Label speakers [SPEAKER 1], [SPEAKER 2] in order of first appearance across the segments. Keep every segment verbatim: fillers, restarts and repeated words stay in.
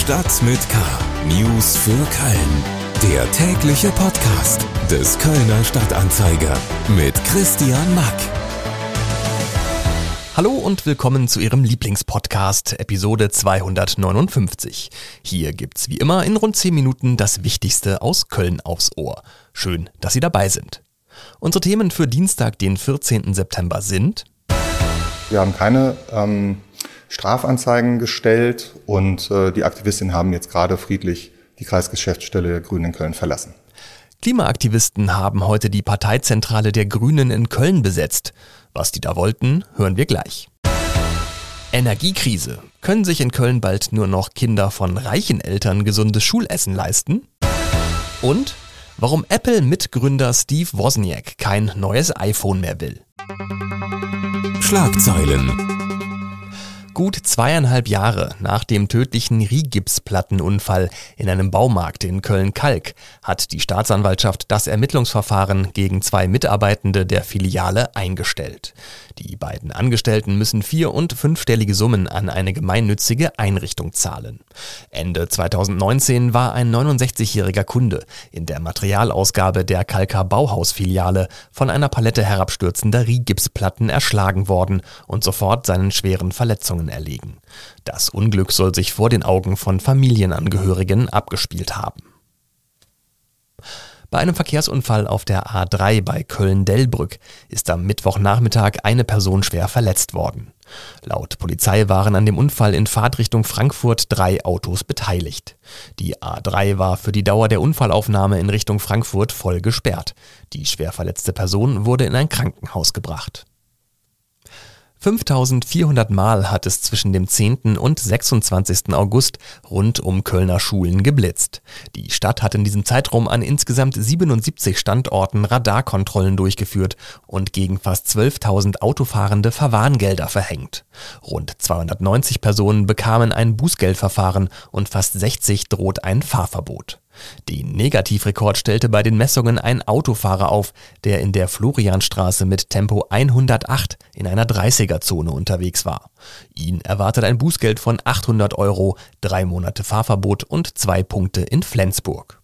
[SPEAKER 1] Stadt mit K. News für Köln. Der tägliche Podcast des Kölner Stadtanzeiger mit Christian Mack.
[SPEAKER 2] Hallo und willkommen zu Ihrem Lieblingspodcast, Episode zweihundertneunundfünfzig. Hier gibt's wie immer in rund zehn Minuten das Wichtigste aus Köln aufs Ohr. Schön, dass Sie dabei sind. Unsere Themen für Dienstag, den vierzehnten September sind:
[SPEAKER 3] Wir haben keine ähm, Strafanzeigen gestellt und äh, die Aktivistinnen haben jetzt gerade friedlich die Kreisgeschäftsstelle der Grünen in Köln verlassen.
[SPEAKER 2] Klimaaktivisten haben heute die Parteizentrale der Grünen in Köln besetzt. Was die da wollten, hören wir gleich. Energiekrise. Können sich in Köln bald nur noch Kinder von reichen Eltern gesundes Schulessen leisten? Und warum Apple-Mitgründer Steve Wozniak kein neues iPhone mehr will.
[SPEAKER 1] Schlagzeilen.
[SPEAKER 2] Gut zweieinhalb Jahre nach dem tödlichen Rigipsplattenunfall in einem Baumarkt in Köln-Kalk hat die Staatsanwaltschaft das Ermittlungsverfahren gegen zwei Mitarbeitende der Filiale eingestellt. Die beiden Angestellten müssen vier- und fünfstellige Summen an eine gemeinnützige Einrichtung zahlen. Ende zweitausendneunzehn war ein neunundsechzigjähriger Kunde in der Materialausgabe der Kalker Bauhaus-Filiale von einer Palette herabstürzender Rigipsplatten erschlagen worden und sofort seinen schweren Verletzungen erlegen. Das Unglück soll sich vor den Augen von Familienangehörigen abgespielt haben. Bei einem Verkehrsunfall auf der A drei bei Köln-Delbrück ist am Mittwochnachmittag eine Person schwer verletzt worden. Laut Polizei waren an dem Unfall in Fahrtrichtung Frankfurt drei Autos beteiligt. Die A drei war für die Dauer der Unfallaufnahme in Richtung Frankfurt voll gesperrt. Die schwer verletzte Person wurde in ein Krankenhaus gebracht. fünftausendvierhundert Mal hat es zwischen dem zehnten und sechsundzwanzigsten August rund um Kölner Schulen geblitzt. Die Stadt hat in diesem Zeitraum an insgesamt siebenundsiebzig Standorten Radarkontrollen durchgeführt und gegen fast zwölftausend Autofahrende Verwarngelder verhängt. Rund zweihundertneunzig Personen bekamen ein Bußgeldverfahren und fast sechzig droht ein Fahrverbot. Den Negativrekord stellte bei den Messungen ein Autofahrer auf, der in der Florianstraße mit Tempo hundertacht in einer dreißiger-Zone unterwegs war. Ihn erwartet ein Bußgeld von achthundert Euro, drei Monate Fahrverbot und zwei Punkte in Flensburg.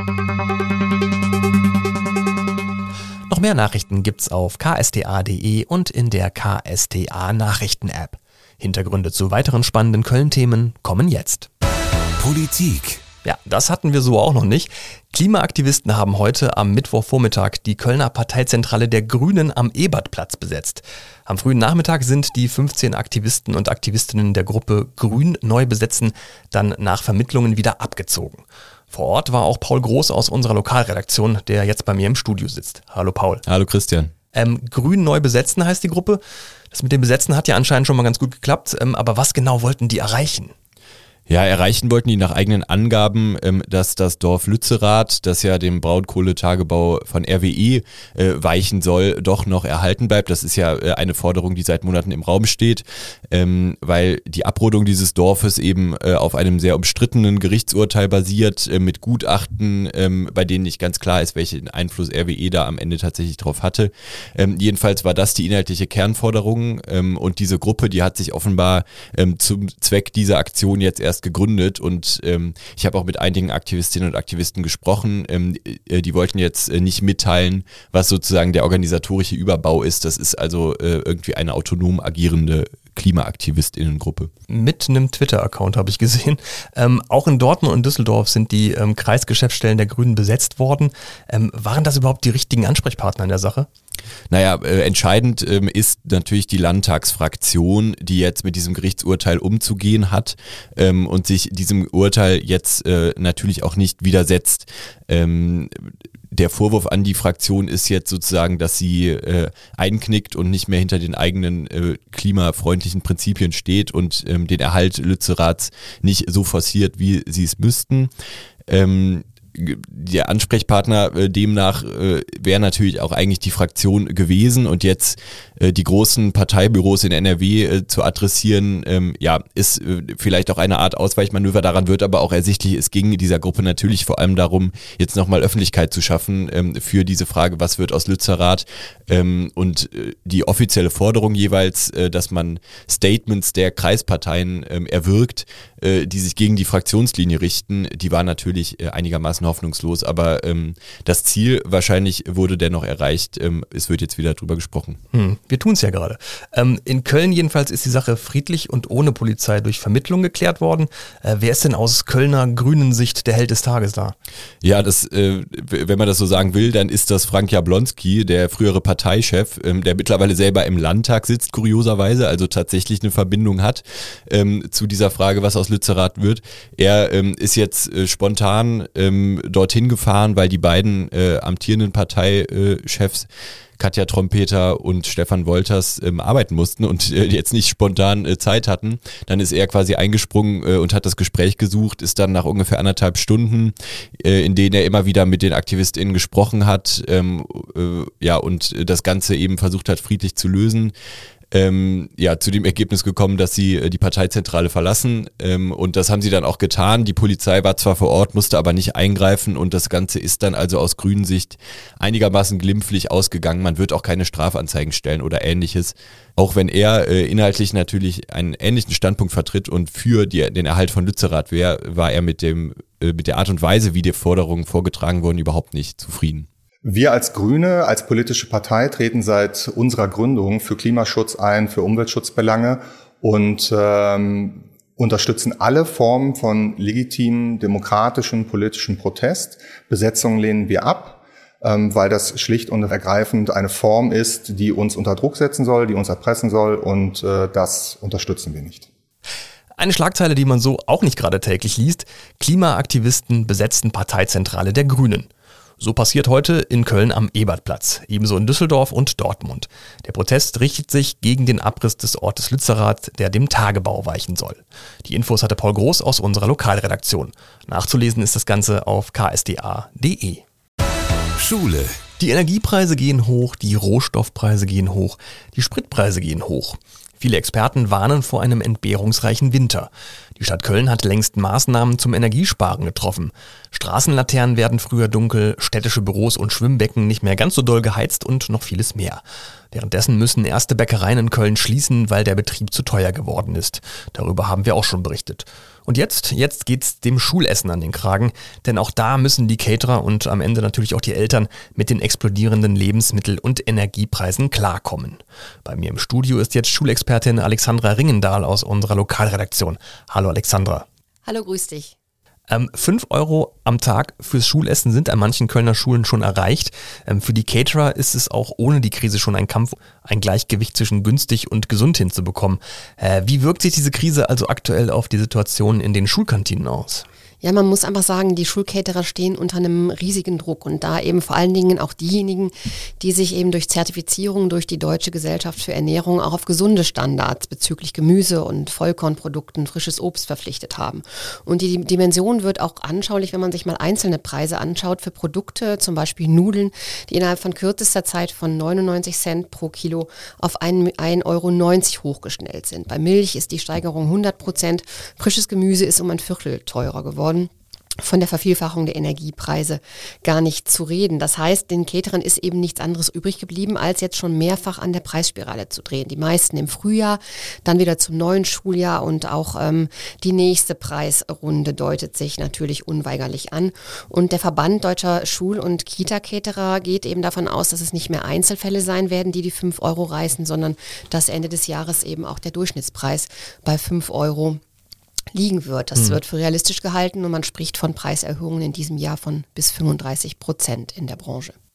[SPEAKER 2] Noch mehr Nachrichten gibt's auf k s t a punkt d e und in der K S T A Nachrichten-App. Hintergründe zu weiteren spannenden Köln-Themen kommen jetzt.
[SPEAKER 1] Politik.
[SPEAKER 2] Ja, das hatten wir so auch noch nicht. Klimaaktivisten haben heute am Mittwochvormittag die Kölner Parteizentrale der Grünen am Ebertplatz besetzt. Am frühen Nachmittag sind die fünfzehn Aktivisten und Aktivistinnen der Gruppe Grün neu besetzen dann nach Vermittlungen wieder abgezogen. Vor Ort war auch Paul Groß aus unserer Lokalredaktion, der jetzt bei mir im Studio sitzt. Hallo Paul.
[SPEAKER 4] Hallo Christian.
[SPEAKER 2] Ähm, Grün neu besetzen heißt die Gruppe. Das mit dem Besetzen hat ja anscheinend schon mal ganz gut geklappt. Ähm, aber was genau wollten die erreichen?
[SPEAKER 4] Ja, erreichen wollten die nach eigenen Angaben, ähm, dass das Dorf Lützerath, das ja dem Braunkohletagebau von R W E äh, weichen soll, doch noch erhalten bleibt. Das ist ja äh, eine Forderung, die seit Monaten im Raum steht, ähm, weil die Abrodung dieses Dorfes eben äh, auf einem sehr umstrittenen Gerichtsurteil basiert, äh, mit Gutachten, ähm, bei denen nicht ganz klar ist, welchen Einfluss R W E da am Ende tatsächlich drauf hatte. Ähm, jedenfalls war das die inhaltliche Kernforderung, ähm, und diese Gruppe, die hat sich offenbar ähm, zum Zweck dieser Aktion jetzt erst gegründet und ähm, ich habe auch mit einigen Aktivistinnen und Aktivisten gesprochen, ähm, äh, die wollten jetzt äh, nicht mitteilen, was sozusagen der organisatorische Überbau ist. Das ist also äh, irgendwie eine autonom agierende KlimaaktivistInnengruppe.
[SPEAKER 2] Mit einem Twitter-Account habe ich gesehen. Ähm, auch in Dortmund und Düsseldorf sind die ähm, Kreisgeschäftsstellen der Grünen besetzt worden. Ähm, waren das überhaupt die richtigen Ansprechpartner in der Sache?
[SPEAKER 4] Naja, äh, entscheidend ähm, ist natürlich die Landtagsfraktion, die jetzt mit diesem Gerichtsurteil umzugehen hat ähm, und sich diesem Urteil jetzt äh, natürlich auch nicht widersetzt. Ähm, Der Vorwurf an die Fraktion ist jetzt sozusagen, dass sie äh, einknickt und nicht mehr hinter den eigenen äh, klimafreundlichen Prinzipien steht und ähm, den Erhalt Lützeraths nicht so forciert, wie sie es müssten. Ähm, der Ansprechpartner äh, demnach äh, wäre natürlich auch eigentlich die Fraktion gewesen und jetzt äh, die großen Parteibüros in N R W äh, zu adressieren, ähm, ja, ist äh, vielleicht auch eine Art Ausweichmanöver. Daran wird aber auch ersichtlich, es ging dieser Gruppe natürlich vor allem darum, jetzt nochmal Öffentlichkeit zu schaffen ähm, für diese Frage, was wird aus Lützerath, ähm, und äh, die offizielle Forderung jeweils, äh, dass man Statements der Kreisparteien ähm, erwirkt, äh, die sich gegen die Fraktionslinie richten, die war natürlich äh, einigermaßen hoffnungslos, aber ähm, das Ziel wahrscheinlich wurde dennoch erreicht. Ähm, es wird jetzt wieder drüber gesprochen.
[SPEAKER 2] Hm, wir tun es ja gerade. Ähm, in Köln jedenfalls ist die Sache friedlich und ohne Polizei durch Vermittlung geklärt worden. Äh, wer ist denn aus Kölner grünen Sicht der Held des Tages da?
[SPEAKER 4] Ja, das, äh, wenn man das so sagen will, dann ist das Frank Jablonski, der frühere Parteichef, ähm, der mittlerweile selber im Landtag sitzt, kurioserweise, also tatsächlich eine Verbindung hat ähm, zu dieser Frage, was aus Lützerath wird. Er ähm, ist jetzt äh, spontan ähm, dorthin gefahren, weil die beiden äh, amtierenden Parteichefs Katja Trompeter und Stefan Wolters ähm, arbeiten mussten und äh, jetzt nicht spontan äh, Zeit hatten. Dann ist er quasi eingesprungen äh, und hat das Gespräch gesucht, ist dann nach ungefähr anderthalb Stunden, äh, in denen er immer wieder mit den AktivistInnen gesprochen hat, ähm, äh, ja, und das Ganze eben versucht hat, friedlich zu lösen. Ähm, ja, zu dem Ergebnis gekommen, dass sie äh, die Parteizentrale verlassen, ähm, und das haben sie dann auch getan. Die Polizei war zwar vor Ort, musste aber nicht eingreifen und das Ganze ist dann also aus grünen Sicht einigermaßen glimpflich ausgegangen. Man wird auch keine Strafanzeigen stellen oder ähnliches, auch wenn er äh, inhaltlich natürlich einen ähnlichen Standpunkt vertritt und für die, den Erhalt von Lützerath wäre, war er mit dem äh, mit der Art und Weise, wie die Forderungen vorgetragen wurden, überhaupt nicht zufrieden.
[SPEAKER 3] Wir als Grüne, als politische Partei treten seit unserer Gründung für Klimaschutz ein, für Umweltschutzbelange und ähm, unterstützen alle Formen von legitimen, demokratischen, politischen Protest. Besetzungen lehnen wir ab, ähm, weil das schlicht und ergreifend eine Form ist, die uns unter Druck setzen soll, die uns erpressen soll und äh, das unterstützen wir nicht.
[SPEAKER 2] Eine Schlagzeile, die man so auch nicht gerade täglich liest: Klimaaktivisten besetzten Parteizentrale der Grünen. So passiert heute in Köln am Ebertplatz, ebenso in Düsseldorf und Dortmund. Der Protest richtet sich gegen den Abriss des Ortes Lützerath, der dem Tagebau weichen soll. Die Infos hatte Paul Groß aus unserer Lokalredaktion. Nachzulesen ist das Ganze auf k s d a punkt d e.
[SPEAKER 1] Schule.
[SPEAKER 2] Die Energiepreise gehen hoch, die Rohstoffpreise gehen hoch, die Spritpreise gehen hoch. Viele Experten warnen vor einem entbehrungsreichen Winter. Die Stadt Köln hat längst Maßnahmen zum Energiesparen getroffen. Straßenlaternen werden früher dunkel, städtische Büros und Schwimmbecken nicht mehr ganz so doll geheizt und noch vieles mehr. Währenddessen müssen erste Bäckereien in Köln schließen, weil der Betrieb zu teuer geworden ist. Darüber haben wir auch schon berichtet. Und jetzt, jetzt geht's dem Schulessen an den Kragen, denn auch da müssen die Caterer und am Ende natürlich auch die Eltern mit den explodierenden Lebensmittel- und Energiepreisen klarkommen. Bei mir im Studio ist jetzt Schulexpertin Alexandra Ringendahl aus unserer Lokalredaktion. Hallo Alexandra.
[SPEAKER 5] Hallo, grüß dich.
[SPEAKER 2] Ähm, fünf Euro am Tag fürs Schulessen sind an manchen Kölner Schulen schon erreicht. Ähm, für die Caterer ist es auch ohne die Krise schon ein Kampf, ein Gleichgewicht zwischen günstig und gesund hinzubekommen. Äh, wie wirkt sich diese Krise also aktuell auf die Situation in den Schulkantinen aus?
[SPEAKER 5] Ja, man muss einfach sagen, die Schulcaterer stehen unter einem riesigen Druck und da eben vor allen Dingen auch diejenigen, die sich eben durch Zertifizierung durch die Deutsche Gesellschaft für Ernährung auch auf gesunde Standards bezüglich Gemüse und Vollkornprodukten, frisches Obst verpflichtet haben. Und die Dimension wird auch anschaulich, wenn man sich mal einzelne Preise anschaut für Produkte, zum Beispiel Nudeln, die innerhalb von kürzester Zeit von neunundneunzig Cent pro Kilo auf ein Euro neunzig hochgeschnellt sind. Bei Milch ist die Steigerung hundert Prozent, frisches Gemüse ist um ein Viertel teurer geworden. Von der Vervielfachung der Energiepreise gar nicht zu reden. Das heißt, den Caterern ist eben nichts anderes übrig geblieben, als jetzt schon mehrfach an der Preisspirale zu drehen. Die meisten im Frühjahr, dann wieder zum neuen Schuljahr und auch ähm, die nächste Preisrunde deutet sich natürlich unweigerlich an. Und der Verband Deutscher Schul- und Kita-Caterer geht eben davon aus, dass es nicht mehr Einzelfälle sein werden, die die fünf Euro reißen, sondern dass Ende des Jahres eben auch der Durchschnittspreis bei fünf Euro liegen wird. Das mhm. wird für realistisch gehalten und man spricht von Preiserhöhungen in diesem Jahr von bis fünfunddreißig Prozent in der Branche.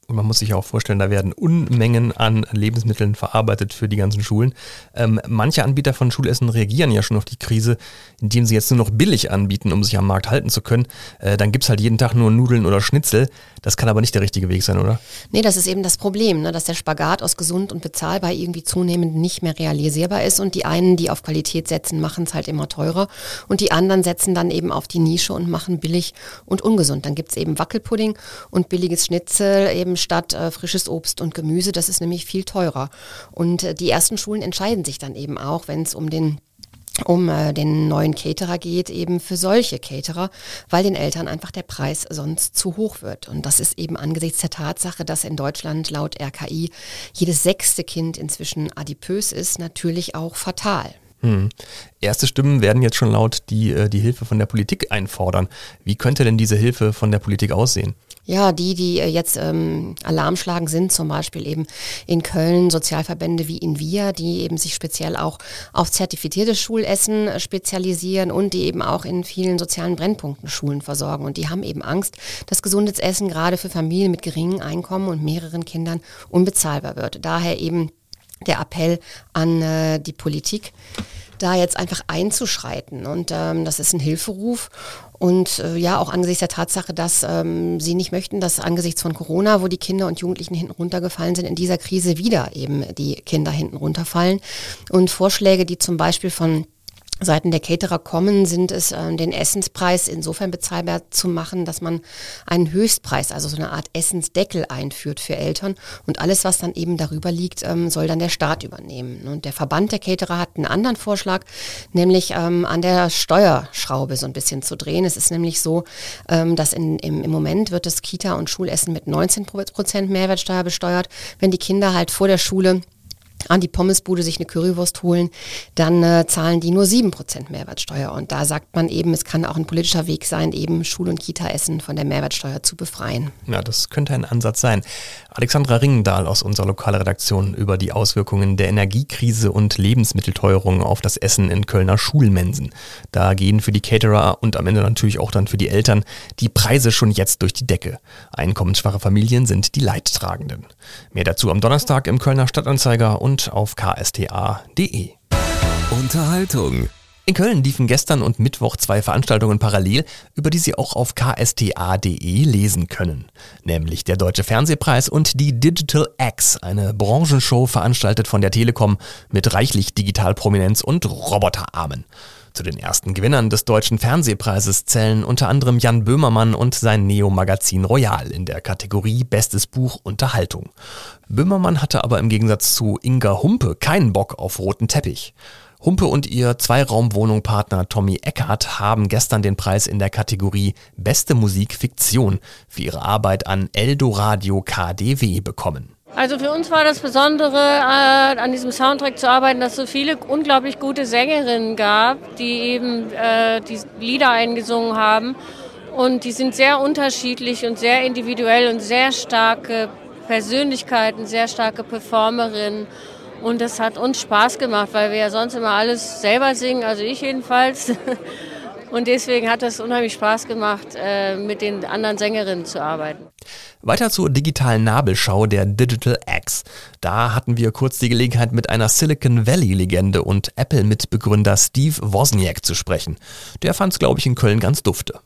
[SPEAKER 2] Und man muss sich auch vorstellen, da werden Unmengen an Lebensmitteln verarbeitet für die ganzen Schulen. Ähm, manche Anbieter von Schulessen reagieren ja schon auf die Krise, indem sie jetzt nur noch billig anbieten, um sich am Markt halten zu können. Äh, dann gibt's halt jeden Tag nur Nudeln oder Schnitzel. Das kann aber nicht der richtige Weg sein, oder?
[SPEAKER 5] Nee, das ist eben das Problem, ne, dass der Spagat aus gesund und bezahlbar irgendwie zunehmend nicht mehr realisierbar ist. Und die einen, die auf Qualität setzen, machen es halt immer teurer. Und die anderen setzen dann eben auf die Nische und machen billig und ungesund. Dann gibt's eben Wackelpudding und billiges Schnitzel eben statt äh, frisches Obst und Gemüse. Das ist nämlich viel teurer. Und äh, die ersten Schulen entscheiden sich dann eben auch, wenn es um den um äh, den neuen Caterer geht, eben für solche Caterer, weil den Eltern einfach der Preis sonst zu hoch wird. Und das ist eben angesichts der Tatsache, dass in Deutschland laut R K I jedes sechste Kind inzwischen adipös ist, natürlich auch fatal.
[SPEAKER 2] Hm. Erste Stimmen werden jetzt schon laut, die äh, die Hilfe von der Politik einfordern. Wie könnte denn diese Hilfe von der Politik aussehen?
[SPEAKER 5] Ja, die, die jetzt ähm, Alarm schlagen, sind zum Beispiel eben in Köln Sozialverbände wie Invia, die eben sich speziell auch auf zertifiziertes Schulessen spezialisieren und die eben auch in vielen sozialen Brennpunkten Schulen versorgen. Und die haben eben Angst, dass gesundes Essen gerade für Familien mit geringem Einkommen und mehreren Kindern unbezahlbar wird. Daher eben der Appell an äh, die Politik, da jetzt einfach einzuschreiten. Und ähm, das ist ein Hilferuf. Und äh, ja, auch angesichts der Tatsache, dass ähm, sie nicht möchten, dass angesichts von Corona, wo die Kinder und Jugendlichen hinten runtergefallen sind, in dieser Krise wieder eben die Kinder hinten runterfallen. Und Vorschläge, die zum Beispiel von Seiten der Caterer kommen, sind es, äh, den Essenspreis insofern bezahlbar zu machen, dass man einen Höchstpreis, also so eine Art Essensdeckel einführt für Eltern. Und alles, was dann eben darüber liegt, ähm, soll dann der Staat übernehmen. Und der Verband der Caterer hat einen anderen Vorschlag, nämlich ähm, an der Steuerschraube so ein bisschen zu drehen. Es ist nämlich so, ähm, dass in, im, im Moment wird das Kita- und Schulessen mit neunzehn Prozent Mehrwertsteuer besteuert. Wenn die Kinder halt vor der Schule an die Pommesbude sich eine Currywurst holen, dann äh, zahlen die nur sieben Prozent Mehrwertsteuer. Und da sagt man eben, es kann auch ein politischer Weg sein, eben Schul- und Kita-Essen von der Mehrwertsteuer zu befreien.
[SPEAKER 2] Ja, das könnte ein Ansatz sein. Alexandra Ringendahl aus unserer Lokalredaktion über die Auswirkungen der Energiekrise und Lebensmittelteuerung auf das Essen in Kölner Schulmensen. Da gehen für die Caterer und am Ende natürlich auch dann für die Eltern die Preise schon jetzt durch die Decke. Einkommensschwache Familien sind die Leidtragenden. Mehr dazu am Donnerstag im Kölner Stadtanzeiger und auf k s t a punkt d e.
[SPEAKER 1] Unterhaltung.
[SPEAKER 2] In Köln liefen gestern und Mittwoch zwei Veranstaltungen parallel, über die Sie auch auf k s t a punkt d e lesen können. Nämlich der Deutsche Fernsehpreis und die Digital X, eine Branchenshow veranstaltet von der Telekom mit reichlich Digitalprominenz und Roboterarmen. Zu den ersten Gewinnern des Deutschen Fernsehpreises zählen unter anderem Jan Böhmermann und sein Neo-Magazin Royal in der Kategorie Bestes Buch Unterhaltung. Böhmermann hatte aber im Gegensatz zu Inga Humpe keinen Bock auf roten Teppich. Humpe und ihr Zweiraumwohnung-Partner Tommy Eckhardt haben gestern den Preis in der Kategorie Beste Musik Fiktion für ihre Arbeit an Eldoradio K D W bekommen.
[SPEAKER 6] Also für uns war das Besondere, äh, an diesem Soundtrack zu arbeiten, dass es so viele unglaublich gute Sängerinnen gab, die eben äh, die Lieder eingesungen haben. Und die sind sehr unterschiedlich und sehr individuell und sehr starke Persönlichkeiten, sehr starke Performerinnen. Und das hat uns Spaß gemacht, weil wir ja sonst immer alles selber singen, also ich jedenfalls. Und deswegen hat es unheimlich Spaß gemacht, äh, mit den anderen Sängerinnen zu arbeiten.
[SPEAKER 2] Weiter zur digitalen Nabelschau der Digital X. Da hatten wir kurz die Gelegenheit, mit einer Silicon Valley-Legende und Apple-Mitbegründer Steve Wozniak zu sprechen. Der fand es, glaube ich, in Köln ganz dufte.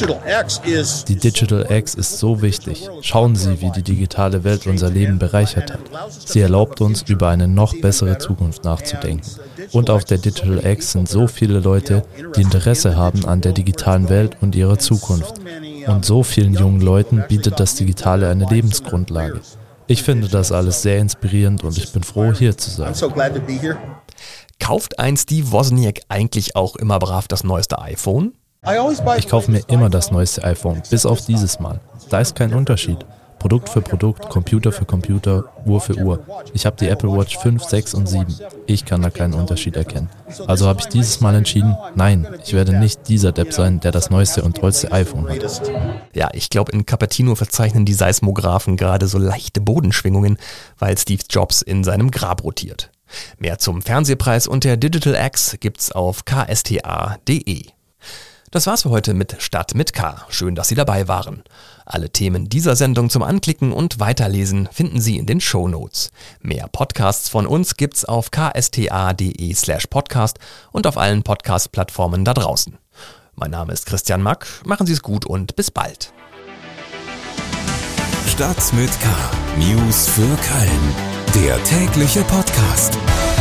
[SPEAKER 7] Die Digital X ist so wichtig. Schauen Sie, wie die digitale Welt unser Leben bereichert hat. Sie erlaubt uns, über eine noch bessere Zukunft nachzudenken. Und auf der Digital X sind so viele Leute, die Interesse haben an der digitalen Welt und ihrer Zukunft. Und so vielen jungen Leuten bietet das Digitale eine Lebensgrundlage. Ich finde das alles sehr inspirierend und ich bin froh, hier zu sein.
[SPEAKER 2] Kauft ein Steve Wozniak eigentlich auch immer brav das neueste iPhone?
[SPEAKER 7] Ich kaufe mir immer das neueste iPhone, bis auf dieses Mal. Da ist kein Unterschied. Produkt für Produkt, Computer für Computer, Uhr für Uhr. Ich habe die Apple Watch fünf, sechs und sieben. Ich kann da keinen Unterschied erkennen. Also habe ich dieses Mal entschieden, nein, ich werde nicht dieser Depp sein, der das neueste und tollste iPhone hat.
[SPEAKER 2] Ja, ich glaube, in Cupertino verzeichnen die Seismographen gerade so leichte Bodenschwingungen, weil Steve Jobs in seinem Grab rotiert. Mehr zum Fernsehpreis und der Digital X gibt's auf k s t a punkt d e. Das war's für heute mit Stadt mit K. Schön, dass Sie dabei waren. Alle Themen dieser Sendung zum Anklicken und Weiterlesen finden Sie in den Shownotes. Mehr Podcasts von uns gibt's auf ksta.de slash podcast und auf allen Podcast-Plattformen da draußen. Mein Name ist Christian Mack. Machen Sie es gut und bis bald.
[SPEAKER 1] Stadt mit K. News für Köln. Der tägliche Podcast.